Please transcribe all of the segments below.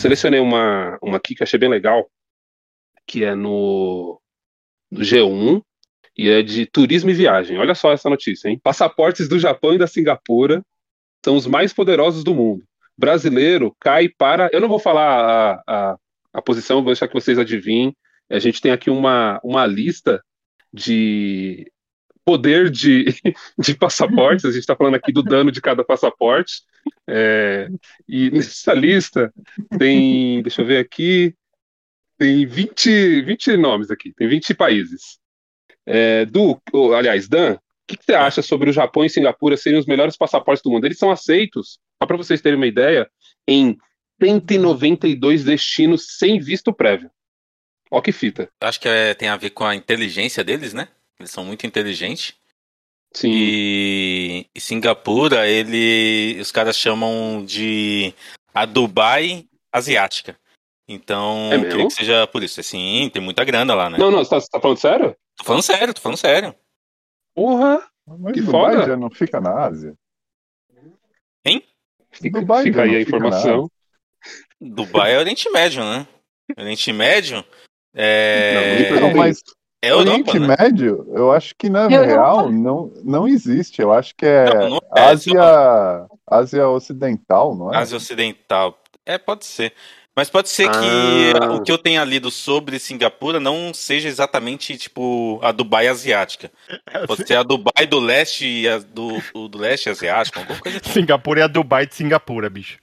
selecionei uma aqui que eu achei bem legal, que é no G1, e é de turismo e viagem. Olha só essa notícia, hein? Passaportes do Japão e da Singapura são os mais poderosos do mundo. Brasileiro cai para. Eu não vou falar a posição, vou deixar que vocês adivinhem. A gente tem aqui uma lista de poder de passaportes. A gente está falando aqui do dano de cada passaporte. E nessa lista tem. Deixa eu ver aqui. Tem 20 nomes aqui, tem 20 países. Aliás, Dan, o que você acha sobre o Japão e Singapura serem os melhores passaportes do mundo? Eles são aceitos, só para vocês terem uma ideia, em 192 destinos sem visto prévio. Ó que fita. Acho que tem a ver com a inteligência deles, né? Eles são muito inteligentes. Sim. E Singapura, os caras chamam de a Dubai asiática. Então, É mesmo? queria que seja por isso. Sim, tem muita grana lá, né? Não, você tá falando sério? Tô falando sério. Porra! Mas Que Dubai foda. já não fica na Ásia? Hein? Dubai Fica já aí não a fica informação. Dubai é Oriente Médio, né? Oriente Médio Não me Não, perguntem mas isso. é Europa, Oriente né? Médio, eu acho que na Europa. real não existe. Eu acho que é Não é, Ásia Ocidental, não é? Ásia Ocidental. Pode ser. Mas pode ser que o que eu tenha lido sobre Singapura não seja exatamente, tipo, a Dubai asiática. Pode ser a Dubai do leste e do leste asiático, alguma coisa assim. Singapura é a Dubai de Singapura, bicho.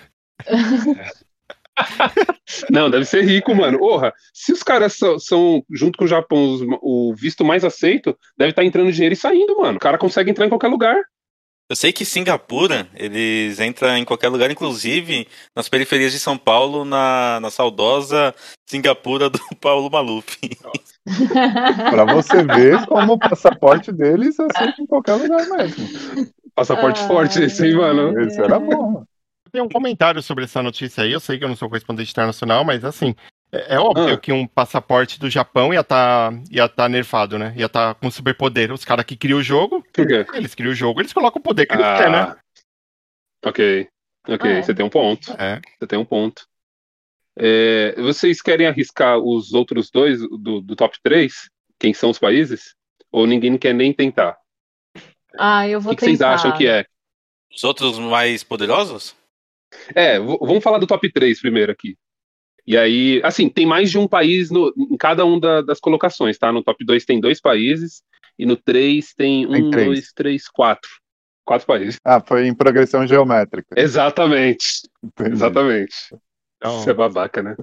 Não, deve ser rico, mano. Porra, se os caras são, junto com o Japão, o visto mais aceito, deve estar entrando dinheiro e saindo, mano. O cara consegue entrar em qualquer lugar. Eu sei que Singapura, eles entram em qualquer lugar, inclusive nas periferias de São Paulo, na saudosa Singapura do Paulo Maluf. Pra você ver como o passaporte deles aceita em qualquer lugar mesmo. Passaporte forte esse, hein, mano? Esse era bom, mano. Tem um comentário sobre essa notícia aí. Eu sei que eu não sou correspondente internacional, mas assim, é óbvio que um passaporte do Japão ia tá nerfado, né? Ia tá com superpoder. Os caras que criam o jogo, Por quê? eles criam o jogo, eles colocam o poder que eles querem, né? Ok. Você tem um ponto. Você tem um ponto. Vocês querem arriscar os outros dois do top 3? Quem são os países? Ou ninguém quer nem tentar? Eu vou O que vocês tentar. acham que é? Os outros mais poderosos? Vamos falar do top 3 primeiro aqui. E aí, assim, tem mais de um país em cada das colocações, tá? No top 2 tem 2 países, e no 3 tem 1, 2, 3, 4. 4 países. Foi em progressão geométrica. Exatamente. Entendi. Exatamente. Então, Você é babaca, né?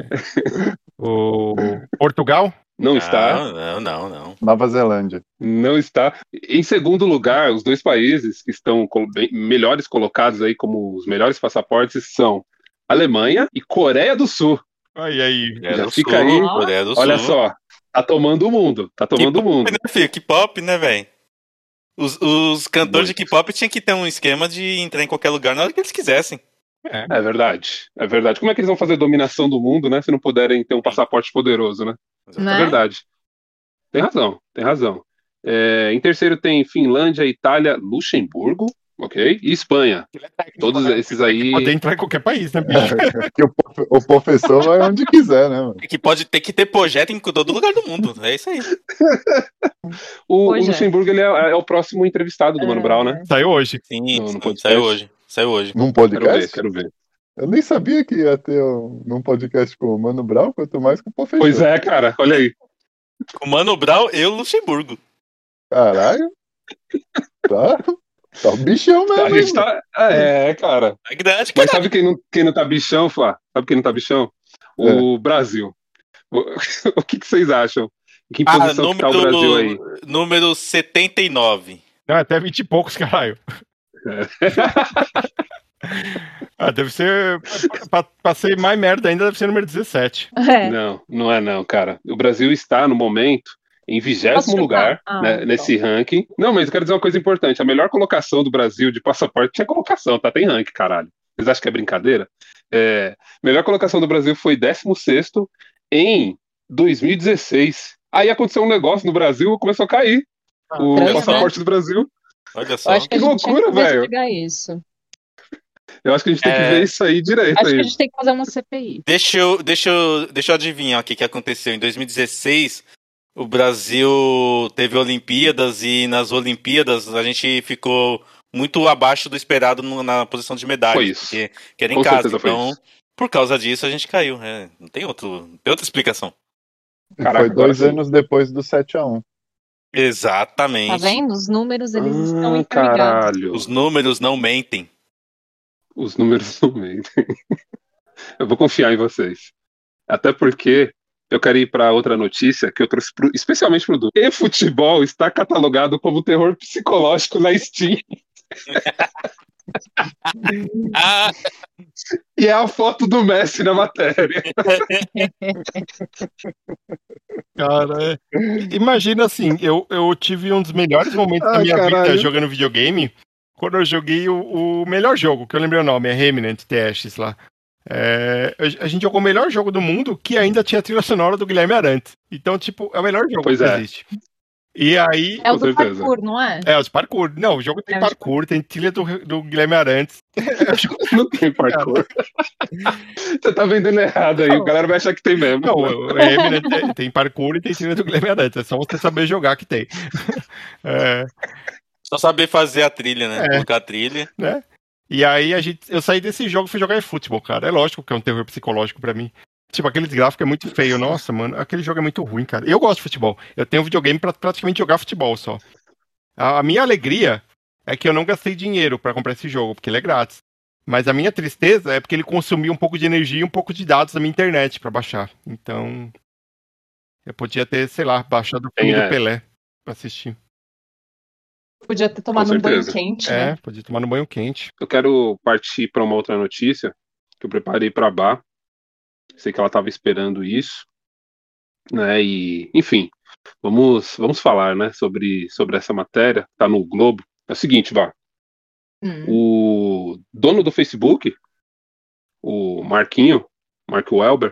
O Portugal? Não está. Não. Nova Zelândia. Não está. Em segundo lugar, os 2 países que estão melhores colocados aí como os melhores passaportes são Alemanha e Coreia do Sul. Aí. Já fica aí. Coreia do Olha Sul. só. Tá tomando o mundo. Tá tomando o mundo. Né, filho? K-pop, né, velho? Os cantores de K-pop tinham que ter um esquema de entrar em qualquer lugar na hora que eles quisessem. É verdade. É verdade. Como é que eles vão fazer dominação do mundo, né? Se não puderem ter um passaporte poderoso, né? Né? É verdade. Tem razão. Em terceiro tem Finlândia, Itália, Luxemburgo, ok? E Espanha. Todos esses aí. Poder entrar em qualquer país, né, bicho? Que o professor vai onde quiser, né, mano? Que pode ter que ter projeto em todo lugar do mundo. É isso aí. O Luxemburgo ele é o próximo entrevistado do Mano Brown, né? Saiu hoje. Sim, No podcast. saiu hoje. Num podcast? Quero ver. Eu nem sabia que ia ter num podcast com o Mano Brown, quanto mais com o professor. Pois é, cara. Olha aí. O Mano Brown e o Luxemburgo. Caralho. Tá o bichão mesmo. A gente tá. Cara. É grande, Mas sabe quem não tá bichão, Flá? Sabe quem não tá bichão? O Brasil. O que vocês acham? Em que posição que tá o Brasil aí? Número 79. Não, até 20 e poucos, caralho. Deve ser. Pra ser mais merda ainda, deve ser número 17. Não é não, cara. O Brasil está, no momento, em 20º lugar nesse ranking. Não, mas eu quero dizer uma coisa importante. A melhor colocação do Brasil de passaporte tinha colocação, tá? Tem ranking, caralho. Vocês acham que é brincadeira? Melhor colocação do Brasil foi 16º em 2016. Aí aconteceu um negócio no Brasil, começou a cair o passaporte do Brasil. Olha só. Eu acho que Que a gente loucura, tinha que velho. investigar isso. Eu acho que a gente tem que ver isso aí direito Acho que aí. a gente tem que fazer uma CPI. Deixa eu adivinhar o que aconteceu. Em 2016, o Brasil teve Olimpíadas e nas Olimpíadas a gente ficou muito abaixo do esperado na posição de medalha. Foi isso. Porque que era em Com casa. certeza foi Então, isso. por causa disso, a gente caiu. Não tem outra explicação. Caraca, Foi agora 2 sim. anos depois do 7-1. Exatamente. Tá vendo? Os números, eles estão interligados. Caralho. Os números não mentem. Os números não mentem. Eu vou confiar em vocês. Até porque eu quero ir para outra notícia que eu trouxe especialmente pro Du. E futebol está catalogado como terror psicológico na Steam. Ah, E é a foto do Messi na matéria. Cara, imagina assim, eu tive um dos melhores momentos da Ai, minha vida caralho. jogando videogame, quando eu joguei o melhor jogo, que eu lembrei o nome, é Remnant TX lá. A gente jogou o melhor jogo do mundo, que ainda tinha a trilha sonora do Guilherme Arantes. Então, tipo, é o melhor jogo Pois que é. existe. E aí... É o Com do certeza. parkour, não é? É, os parkour. Não, o jogo tem É o de parkour, tem trilha do Guilherme Arantes. Não tem parkour. Você tá vendendo errado aí. Não. O galera vai achar que tem mesmo. Não, o Remnant tem parkour e tem trilha do Guilherme Arantes. É só você saber jogar que tem. É, só saber fazer a trilha, né? É. Colocar a trilha. né? E aí eu saí desse jogo e fui jogar eFootball, cara. É lógico que é um terror psicológico pra mim. Tipo, aqueles gráficos é muito feio. Nossa, mano, aquele jogo é muito ruim, cara. Eu gosto de futebol. Eu tenho um videogame pra praticamente jogar futebol só. A minha alegria é que eu não gastei dinheiro pra comprar esse jogo, porque ele é grátis. Mas a minha tristeza é porque ele consumiu um pouco de energia e um pouco de dados da minha internet pra baixar. Então, eu podia ter, sei lá, baixado o filme do Pelé pra assistir. Podia ter tomado um banho certeza. quente, né? Podia tomar no banho quente. Eu quero partir para uma outra notícia que eu preparei para a Bá. Sei que ela estava esperando isso, né? E, enfim, vamos falar, né, sobre essa matéria. Tá no Globo. É o seguinte, Bá. O dono do Facebook, o Mark Welber,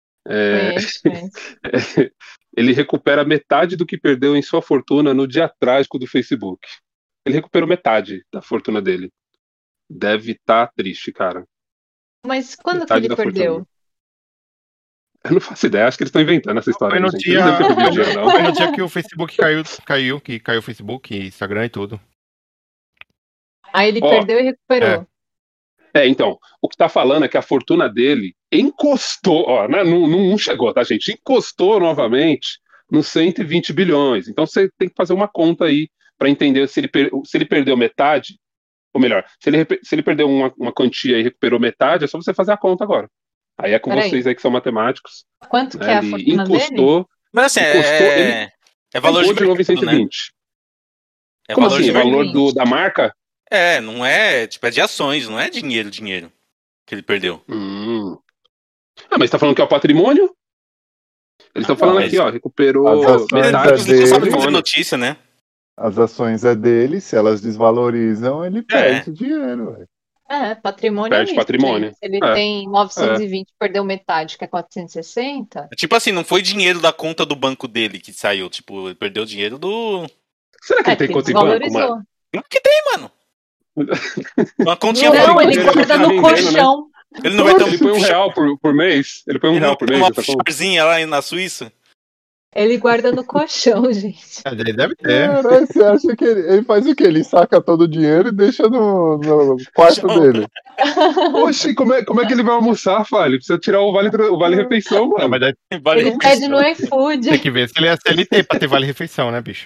ele recupera metade do que perdeu em sua fortuna no dia trágico do Facebook. Ele recuperou metade da fortuna dele. Deve estar triste, cara. Mas quando Metade que ele da perdeu? fortuna. Eu não faço ideia, acho que eles estão inventando essa história. Foi no Aí, gente. Eles não devem ter perdido dinheiro, não. Foi no dia que o Facebook caiu o Facebook, Instagram e tudo. Aí ele perdeu e recuperou. Então, o que tá falando é que a fortuna dele encostou, não chegou, tá, gente? Encostou novamente nos 120 bilhões. Então você tem que fazer uma conta aí para entender se ele perdeu metade, ou melhor, se ele perdeu uma quantia e recuperou metade, é só você fazer a conta agora. Aí é com vocês aí que são matemáticos. Quanto que é a Ele fortuna encostou, dele? Mas assim, ele é valor de de novo em mercado, né? 120. É Como valor assim? de mercado. Valor da marca? Não é, tipo, é de ações, não é dinheiro que ele perdeu. Mas tá falando que é o patrimônio? Eles estão falando aqui, ó, recuperou As ações metade. é dele. Sabe fazer notícia, né? As ações é dele, se elas desvalorizam, ele perde dinheiro, velho. Patrimônio Perde é isso, patrimônio. gente. Se ele tem 920, perdeu metade, que é 460. Tipo assim, não foi dinheiro da conta do banco dele que saiu, tipo, ele perdeu dinheiro do... Será que ele tem conta em banco, mano? Claro que tem, mano. Uma continha Não, ele ele guarda tá no vendendo, colchão. Ele não vai ter Ele põe R$1 por mês? Ele põe R$1 por mês? uma Essa conta? offshorezinha lá na Suíça? Ele guarda no colchão, gente. Ele deve ter. Caralho, você acha que ele faz o quê? Ele saca todo o dinheiro e deixa no quarto dele. Oxi, como é que ele vai almoçar, Fábio? Ele precisa tirar o vale-refeição, mano. Não, mas daí Ele pede no iFood. tem que ver se ele é CLT pra ter vale-refeição, né, bicho?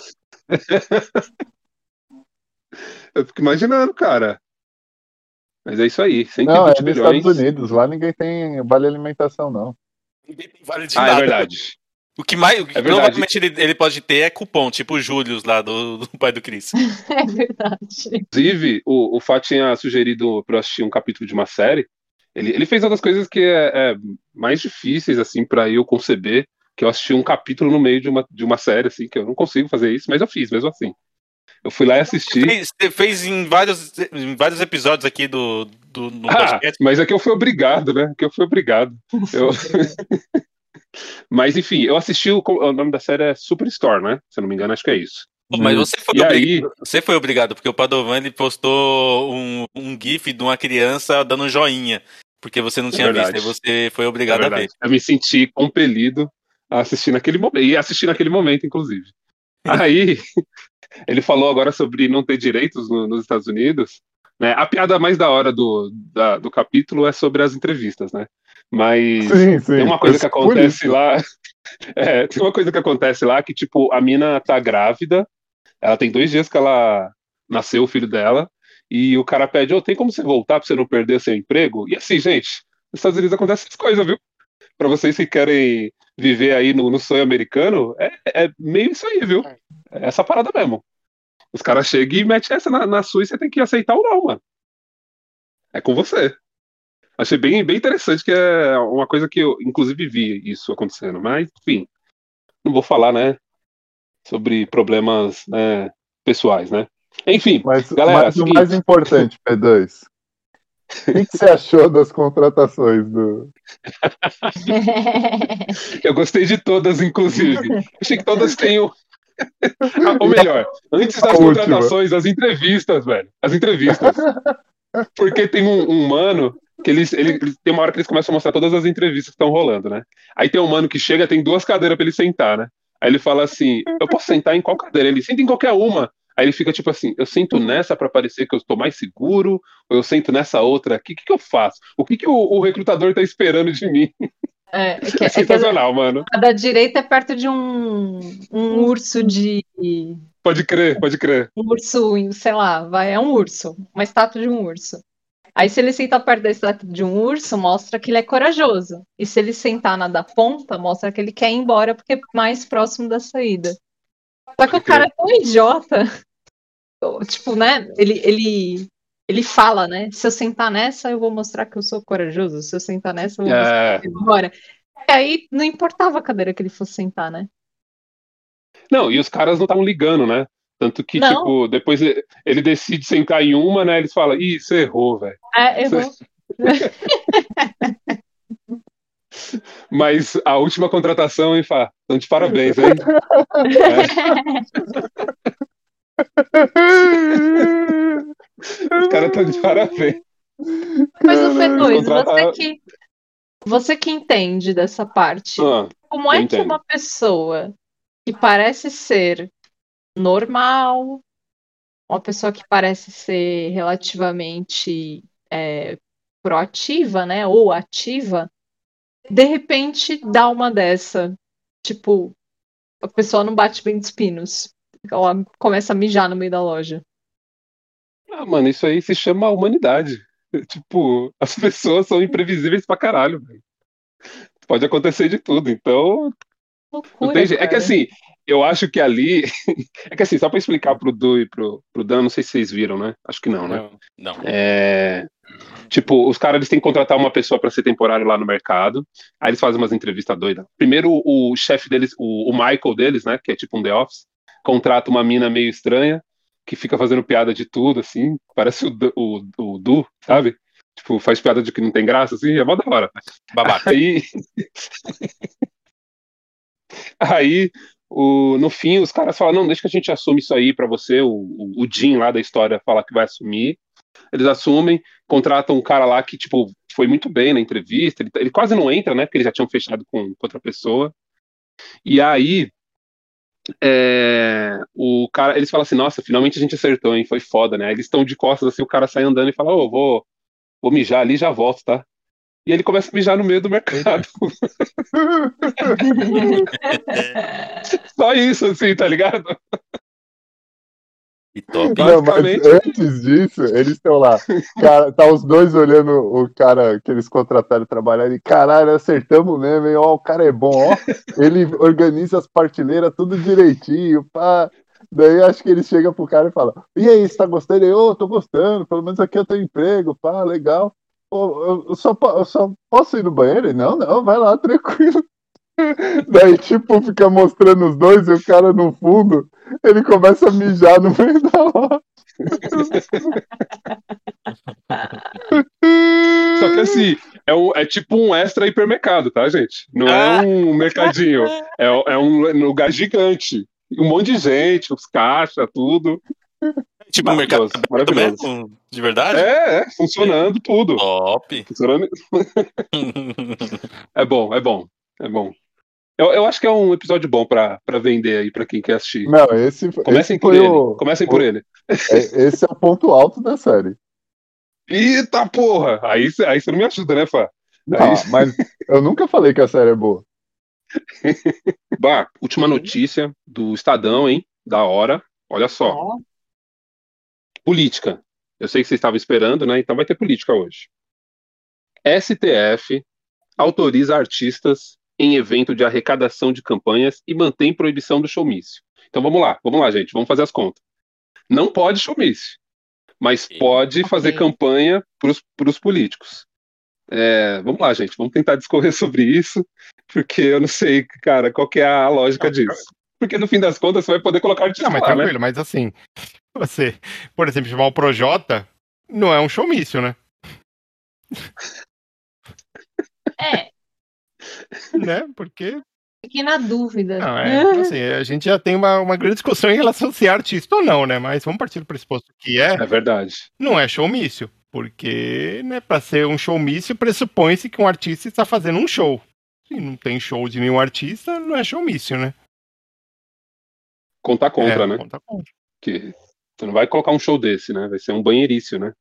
Eu fico imaginando, cara. Mas é isso aí, 120 Não, é nos bilhões. Estados Unidos. Lá ninguém tem vale alimentação, não. Ninguém tem vale de nada. É verdade. O que provavelmente ele pode ter é cupom, tipo o Július lá do pai do Chris. É verdade. Inclusive, o Fá tinha sugerido pra eu assistir um capítulo de uma série. Ele fez outras coisas que é mais difíceis, assim, pra eu conceber, que eu assisti um capítulo no meio de uma série, assim, que eu não consigo fazer isso, mas eu fiz, mesmo assim. Eu fui lá e assisti. Você fez em vários episódios aqui no podcast. Mas é que eu fui obrigado, né? Mas, enfim, eu assisti, o nome da série é Superstore, né? Se eu não me engano, acho que é isso. Pô, mas E aí, você foi obrigado, porque o Padovan ele postou um GIF de uma criança dando um joinha, porque você não é tinha visto, verdade, aí você foi é obrigado a ver. verdade. Eu me senti compelido a assistir naquele momento, e assistir naquele momento, inclusive. Aí, ele falou agora sobre não ter direitos nos Estados Unidos, né? A piada mais da hora do capítulo é sobre as entrevistas, né? Mas Sim, tem sim. uma coisa que Por acontece isso. lá, tem uma coisa que acontece lá que, tipo, a mina tá grávida, ela tem 2 dias que ela nasceu o filho dela, e o cara pede, ô, tem como você voltar pra você não perder seu emprego? E assim, gente, nos Estados Unidos acontece essas coisas, viu? Pra vocês que querem viver aí no sonho americano, é meio isso aí, viu? É essa parada mesmo. Os caras chegam e metem essa na sua e você tem que aceitar ou não, mano. É com você. Achei bem interessante, que é uma coisa que eu, inclusive, vi isso acontecendo. Mas, enfim, não vou falar, né, sobre problemas, né, pessoais, né? Enfim, galera, Mas o mais seguinte. importante, P2, o que você achou das contratações do. Eu gostei de todas, inclusive. Achei que todas tenham. Ou E melhor, antes a das última? contratações, as entrevistas, velho. As entrevistas. Porque tem um mano que eles tem uma hora que eles começam a mostrar todas as entrevistas que estão rolando, né? Aí tem um mano que chega, tem 2 cadeiras pra ele sentar, né? Aí ele fala assim: eu posso sentar em qual cadeira? Ele senta em qualquer uma. Aí ele fica tipo assim: eu sento nessa pra parecer que eu estou mais seguro, ou eu sento nessa outra aqui, o que eu faço? O que o recrutador tá esperando de mim? É É que sensacional, mano. a da direita é perto de um urso de. Pode crer, pode crer. Um urso, sei lá, é um urso, uma estátua de um urso. Aí, se ele sentar perto da estátua de um urso, mostra que ele é corajoso. E se ele sentar na da ponta, mostra que ele quer ir embora porque é mais próximo da saída. Só que Pode o cara crer. é tão idiota, tipo, né? Ele fala, né? Se eu sentar nessa, eu vou mostrar que eu sou corajoso. Se eu sentar nessa, eu vou mostrar É, que eu vou embora. E aí, não importava a cadeira que ele fosse sentar, né? não, e os caras não estavam ligando, né? Tanto que, Não, tipo, depois ele decide sentar em uma, né? Eles falam, ih, você errou, velho. errou. Mas a última contratação, hein, Fá? Então, de parabéns, hein? É, os caras estão de parabéns. Mas o Eles P2, contrataram. você que entende dessa parte, Ah, como eu é que entendo. uma pessoa que parece ser normal, uma pessoa que parece ser relativamente proativa, né, ou ativa, de repente dá uma dessa, tipo, a pessoa não bate bem dos pinos, ela começa a mijar no meio da loja. Ah, mano, isso aí se chama humanidade. Tipo, as pessoas são imprevisíveis pra caralho, velho. Pode acontecer de tudo. Então, não Loucura, tem jeito. É que cara. assim, eu acho que ali. É que assim, só pra explicar pro Du e pro Dan, não sei se vocês viram, né? Acho que não, né? Não, não. É, tipo, os caras eles têm que contratar uma pessoa para ser temporário lá no mercado. Aí eles fazem umas entrevistas doidas. Primeiro, o chefe deles, o Michael deles, né? Que é tipo um The Office, contrata uma mina meio estranha, que fica fazendo piada de tudo, assim. Parece o Du, sabe? Tipo, faz piada de que não tem graça, assim. É mó da hora. Babaca. Aí, no fim, os caras falam: não, deixa que a gente assume isso aí pra você. O Jim lá da história fala que vai assumir. Eles assumem, contratam um cara lá que, tipo, foi muito bem na entrevista. Ele quase não entra, né? Porque eles já tinham fechado com outra pessoa. E aí, o cara, eles falam assim: nossa, finalmente a gente acertou, hein? Foi foda, né? Aí eles estão de costas assim, o cara sai andando e fala: ô, vou mijar ali e já volto, tá? E ele começa a mijar no meio do mercado. Só isso, assim, tá ligado? E top. Não, mas Basicamente. antes disso, eles estão lá. Cara, tá os dois olhando o cara que eles contrataram trabalhar e caralho, acertamos mesmo, hein? Ó, o cara é bom, ó. Ele organiza as partilheiras tudo direitinho, pá. Daí acho que ele chega pro cara e fala: e aí, você tá gostando? Ô, tô gostando, pelo menos aqui eu tenho emprego, pá, legal. Ô, eu só posso ir no banheiro? Ele, não, não, vai lá, tranquilo. Daí, tipo, fica mostrando os dois e o cara no fundo, ele começa a mijar no meio da hora. Só que assim, é tipo um extra hipermercado, tá, gente? Não é um mercadinho. É um lugar gigante. Um monte de gente, os caixas, tudo. Tipo, o mercado Maravilhoso, maravilhoso. mesmo? De verdade? Funcionando tudo. Top. Funcionando. É bom, é bom, é bom. Eu acho que é um episódio bom pra vender aí pra quem quer assistir. Não, esse Comecem por foi ele. o. Comecem por ele. Esse é o ponto alto da série. Eita porra! Aí você não me ajuda, né, Fá? Não, mas eu nunca falei que a série é boa. Bah, última notícia do Estadão, hein? Da hora. Olha só. Ó, Política. Eu sei que vocês estavam esperando, né? Então vai ter política hoje. STF autoriza artistas em evento de arrecadação de campanhas e mantém proibição do showmício. Então vamos lá, gente. Vamos fazer as contas. Não pode showmício, mas pode fazer campanha para os políticos. Vamos lá, gente. Vamos tentar discorrer sobre isso, porque eu não sei, cara, qual que é a lógica disso. Porque no fim das contas você vai poder colocar artista Não, mas lá, tranquilo, né? mas assim, você, por exemplo, chamar o Projota não é um showmício, né? Né? Porque fiquei na dúvida. não, assim, a gente já tem uma grande discussão em relação a se é artista ou não, né? Mas vamos partir do pressuposto que É verdade. não é showmício. Porque, né, para ser um showmício, pressupõe-se que um artista está fazendo um show. Se não tem show de nenhum artista, não é showmício, né? Contar contra, né? Conta contra. Que você não vai colocar um show desse, né? Vai ser um banheirício, né?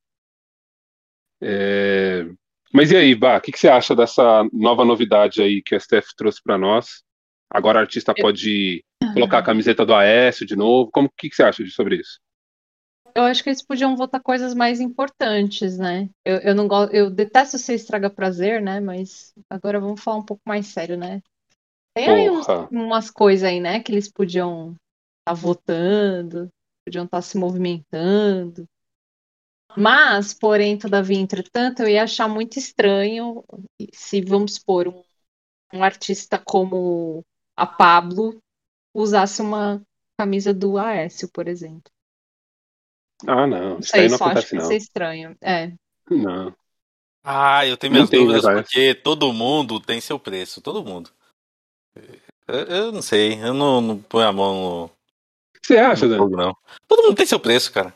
Mas e aí, Bah, o que você acha dessa nova novidade aí que o STF trouxe para nós? Agora o artista pode colocar a camiseta do Aécio de novo. O que você acha sobre isso? Eu acho que eles podiam votar coisas mais importantes, né? Eu não gosto, eu detesto ser estraga prazer, né? Mas agora vamos falar um pouco mais sério, né? Tem aí umas coisas aí, né? Que eles podiam estar votando, podiam estar se movimentando. Mas, porém, todavia, entretanto, eu ia achar muito estranho se, vamos supor, um artista como a Pablo usasse uma camisa do Aécio, por exemplo. Ah, não. Isso aí não só acho acontece, que ia não. ser estranho. Não. Eu tenho minhas dúvidas porque todo mundo tem seu preço. Todo mundo. Eu não sei. Eu não ponho a mão no. O que você acha, Dan? Não. Todo mundo tem seu preço, cara.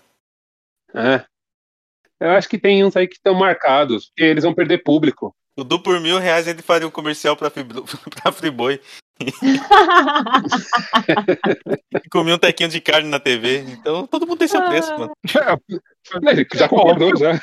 Eu acho que tem uns aí que estão marcados, porque eles vão perder público. O Du por R$1.000 ele faria um comercial pra Friboi. E comia um tequinho de carne na TV. Então todo mundo tem seu preço, mano. Ele já concordou, já.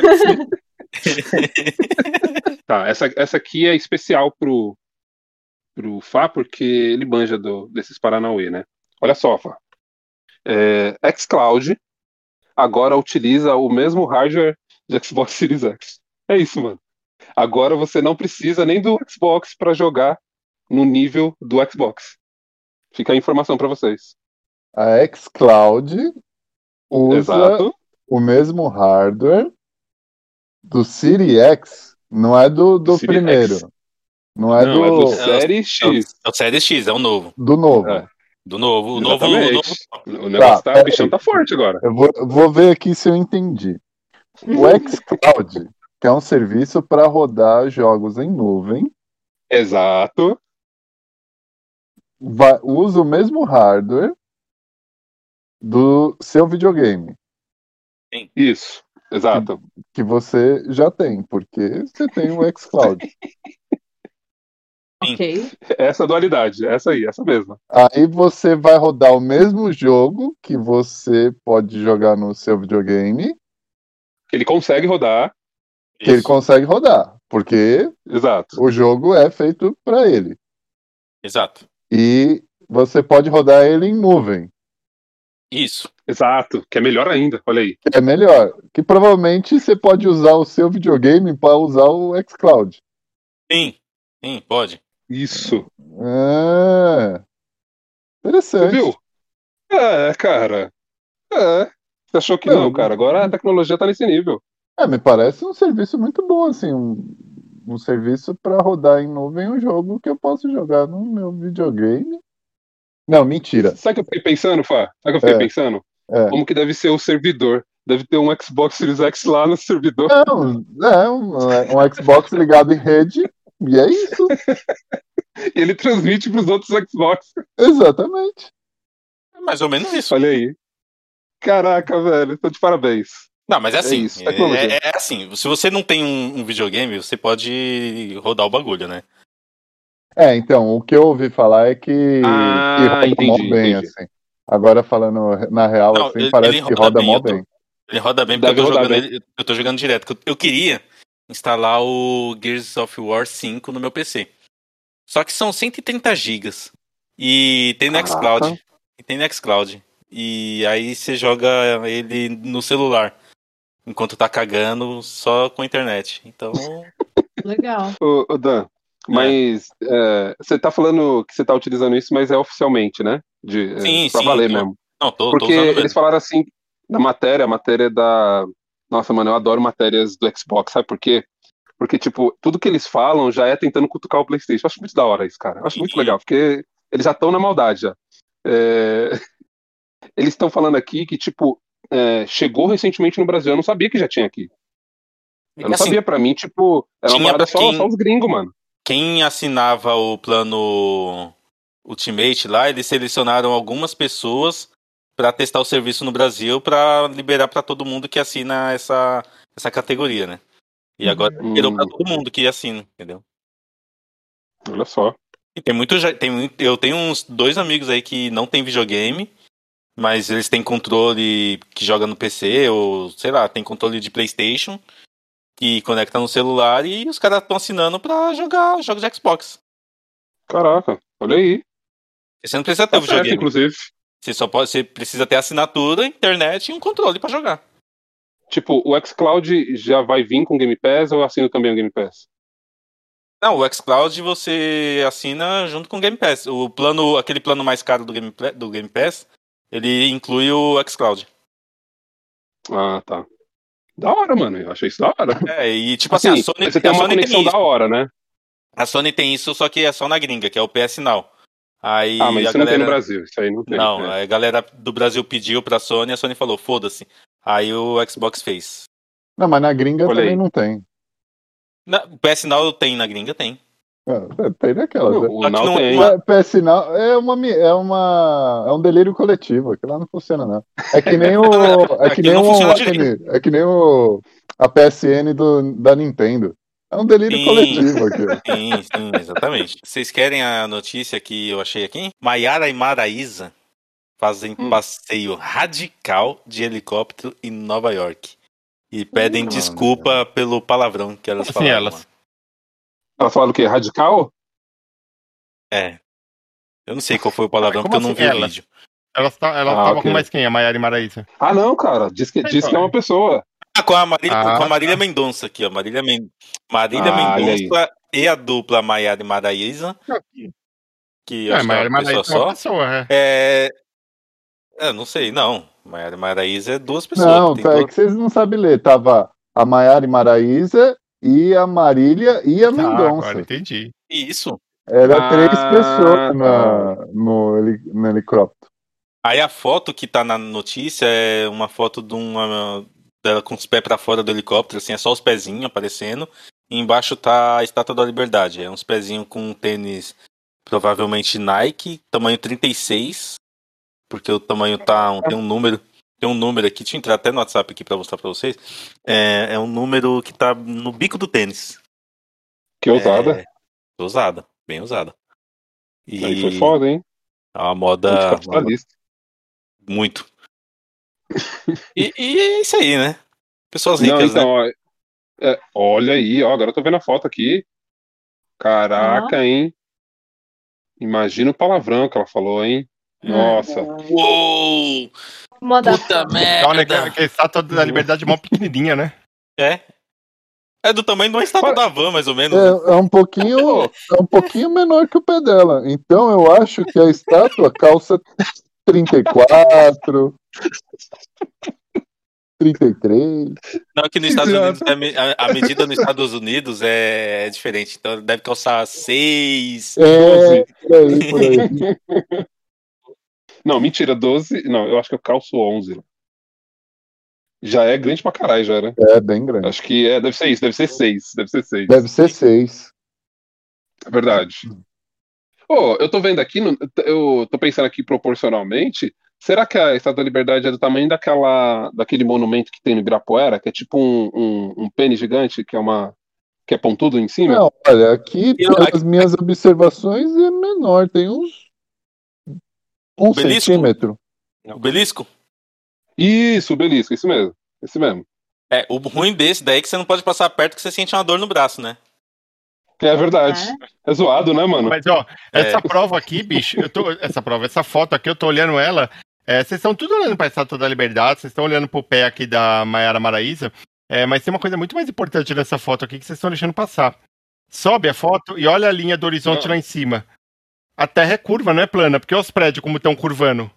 Tá, essa aqui é especial pro Fá, porque ele manja desses Paranauê, né? Olha só, Fá. xCloud agora utiliza o mesmo hardware de Xbox Series X. É isso, mano. Agora você não precisa nem do Xbox para jogar no nível do Xbox. Fica a informação para vocês. A xCloud usa o mesmo hardware do Series X. Não é do primeiro. X. Não é do Série X. É o Série X, é o novo. Do novo. Do novo. O negócio o bichão tá forte agora. Eu vou ver aqui se eu entendi. O xCloud, que é um serviço para rodar jogos em nuvem. Exato. Usa o mesmo hardware do seu videogame. Sim. Isso, exato. Que você já tem, porque você tem o xCloud. Ok. Essa dualidade, essa mesma. Aí você vai rodar o mesmo jogo que você pode jogar no seu videogame. Ele consegue rodar. Que ele consegue rodar, porque o jogo é feito para ele. Exato. E você pode rodar ele em nuvem. Isso. Exato, que é melhor ainda, olha aí. É melhor, que provavelmente você pode usar o seu videogame para usar o xCloud. Sim, pode. Isso. Interessante. Você viu? Cara. Você achou que não, cara? Agora a tecnologia tá nesse nível. Me parece um serviço muito bom, assim, um serviço para rodar em nuvem um jogo que eu posso jogar no meu videogame. Não, mentira. Sabe o que eu fiquei pensando, Fá? Pensando? Como que deve ser o servidor? Deve ter um Xbox Series X lá no servidor. Um Xbox ligado em rede, e é isso. E ele transmite para os outros Xbox. Exatamente. Mais ou menos isso. Olha aí. Caraca, velho, tô de parabéns. Não, mas é assim. isso, tecnologia. É assim. Se você não tem um videogame, você pode rodar o bagulho, né? Então, o que eu ouvi falar é que roda mó Entendi, bem, entendi. assim. Agora falando na real, Não, assim, ele parece que roda mó bem. Ele roda bem porque Deve eu tô rodar jogando bem. ele. Eu tô jogando direto. Eu queria instalar o Gears of War 5 no meu PC. Só que são 130 gigas. E tem no xCloud. E aí você joga ele no celular. Enquanto tá cagando, só com a internet. Então. Legal. Ô, Dan, mas você tá falando que você tá utilizando isso, mas é oficialmente, né? Sim, Pra sim. valer mesmo. Tô Porque usando eles mesmo. falaram assim, na matéria, a matéria da. Nossa, mano, eu adoro matérias do Xbox, sabe por quê? Porque, tipo, tudo que eles falam já é tentando cutucar o PlayStation. Eu acho muito da hora isso, cara. Eu acho muito legal, porque eles já estão na maldade já. É, Eles estão falando aqui que, tipo, chegou recentemente no Brasil. Eu não sabia que já tinha aqui. Eu E não assim, sabia, pra mim, tipo, era uma tinha parada pra só os gringos, mano. quem assinava o plano Ultimate lá, eles selecionaram algumas pessoas pra testar o serviço no Brasil pra liberar pra todo mundo que assina essa categoria, né? E agora liberou pra todo mundo que assina, entendeu? Olha só. E eu tenho uns 2 amigos aí que não tem videogame, mas eles têm controle que joga no PC ou sei lá, tem controle de PlayStation que conecta no celular e os caras estão assinando pra jogar jogos de Xbox. Caraca, olha aí. Você não precisa ter Tá o certo, videogame. inclusive. Você precisa ter assinatura, internet e um controle pra jogar. Tipo, o xCloud já vai vir com Game Pass ou eu assino também o Game Pass? Não, o xCloud você assina junto com o Game Pass. Aquele plano mais caro do Game Pass, ele inclui o xCloud. Ah, tá. Da hora, mano. Eu achei isso da hora. E tipo assim, Assim, você tem a uma Sony conexão tem da isso. hora, né? A Sony tem isso, só que é só na gringa, que é o PS Now. Aí Mas a isso não tem no galera. Brasil. Isso aí não tem. Não, a galera do Brasil pediu pra Sony e a Sony falou, foda-se. Aí o Xbox fez. Não, mas na gringa Olha também aí. não tem. O PS Now tem na gringa, tem. Tem naquelas. O Só que Now tem. PS Now é um delírio coletivo, que lá não funciona não. É que nem o é que Aqui nem não funciona o direito. é que nem a PSN da Nintendo. É um delírio Sim, coletivo aqui. sim, exatamente. Vocês querem a notícia que eu achei aqui? Maiara e Maraísa fazem passeio radical de helicóptero em Nova York. E pedem desculpa pelo palavrão que elas Como assim falaram. elas? Ela fala o quê? Radical? Eu não sei qual foi o palavrão, Como porque eu não assim vi o elas? vídeo. Ela tava Ok. com mais quem? A Maiara e Maraísa? Ah, não, cara. Diz que é uma pessoa. Com a Marília tá. Mendonça aqui, ó. Marília Olha aí. Mendonça e a dupla Maiara e Maraísa, que eu acho que é Maiara uma e pessoa Maraísa é uma só. pessoa, Não sei, não. Maiara e Maraísa é 2 pessoas. Não, é que vocês não sabem ler. Tava a Maiara e Maraísa e a Marília e a agora Mendonça. entendi. Isso. Era 3 pessoas Tá. no helicóptero. Aí a foto que tá na notícia é uma foto dela com os pés pra fora do helicóptero, assim, é só os pezinhos aparecendo. E embaixo tá a Estátua da Liberdade. É uns pezinhos com um tênis, provavelmente Nike, tamanho 36, porque o tamanho tem um número. Tem um número aqui, deixa eu entrar até no WhatsApp aqui pra mostrar pra vocês. É um número que tá no bico do tênis. Que ousada. Usada, bem usada. Aí foi foda, hein? É uma moda Anticapitalista. muito. E é isso aí, né? Pessoas Não, ricas, né? então, ó, olha aí, ó, agora eu tô vendo a foto aqui. Caraca, hein? Imagina o palavrão que ela falou, hein? Nossa. Uou! Moda Puta foda. merda! Que a Estátua da Liberdade é mó pequenininha, né? É. É do tamanho de uma estátua da van, mais ou menos. É um pouquinho menor que o pé dela. Então eu acho que a estátua calça 34, 33. Não, que nos Estados Unidos, a medida nos Estados Unidos é diferente. Então deve calçar 6. 12. Por aí. Não, mentira, 12. Não, eu acho que eu calço 11. Já é grande pra caralho, já era. É bem grande. Acho que deve ser isso, deve ser 6. Deve ser 6. Deve ser 6. É verdade. Eu tô vendo aqui, eu tô pensando aqui proporcionalmente, Será que a Estátua da Liberdade é do tamanho daquele monumento que tem no Ibirapuera, que é tipo um pênis gigante, que é pontudo em cima? Não, olha, aqui, pelas minhas observações, é menor, tem uns 1 centímetro. O belisco? Isso, o Belisco, isso mesmo. Esse mesmo. O ruim desse daí é que você não pode passar perto que você sente uma dor no braço, né? É verdade. É zoado, né, mano? Mas, ó, essa prova aqui, bicho, essa foto aqui, eu tô olhando ela. Vocês estão tudo olhando pra Estátua da Liberdade, vocês estão olhando pro pé aqui da Maiara Maraíza. Mas tem uma coisa muito mais importante nessa foto aqui que vocês estão deixando passar. Sobe a foto e olha a linha do horizonte lá em cima. A Terra é curva, não é plana, porque olha os prédios como estão curvando.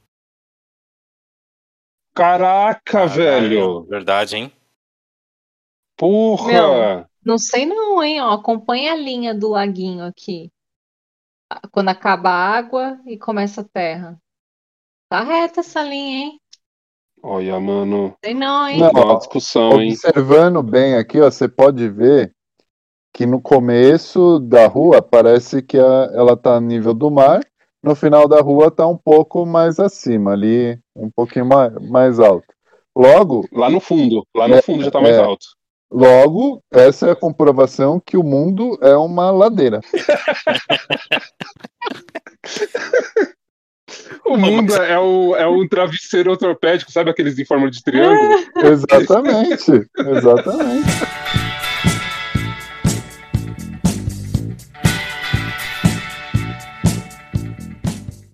Caraca, velho! Verdade, hein? Porra! Meu, não sei não, hein? Ó, acompanha a linha do laguinho aqui. Quando acaba a água e começa a terra. Tá reta essa linha, hein? Olha, mano. Sei não, hein? Não, Uma discussão, hein? observando bem aqui, ó, você pode ver que no começo da rua parece que ela tá a nível do mar, no final da rua tá um pouco mais acima, ali um pouquinho mais alto. Logo, Lá no fundo já tá mais alto. Logo, essa é a comprovação que o mundo é uma ladeira. O mundo é um travesseiro ortopédico, sabe aqueles em forma de triângulo? Exatamente, exatamente.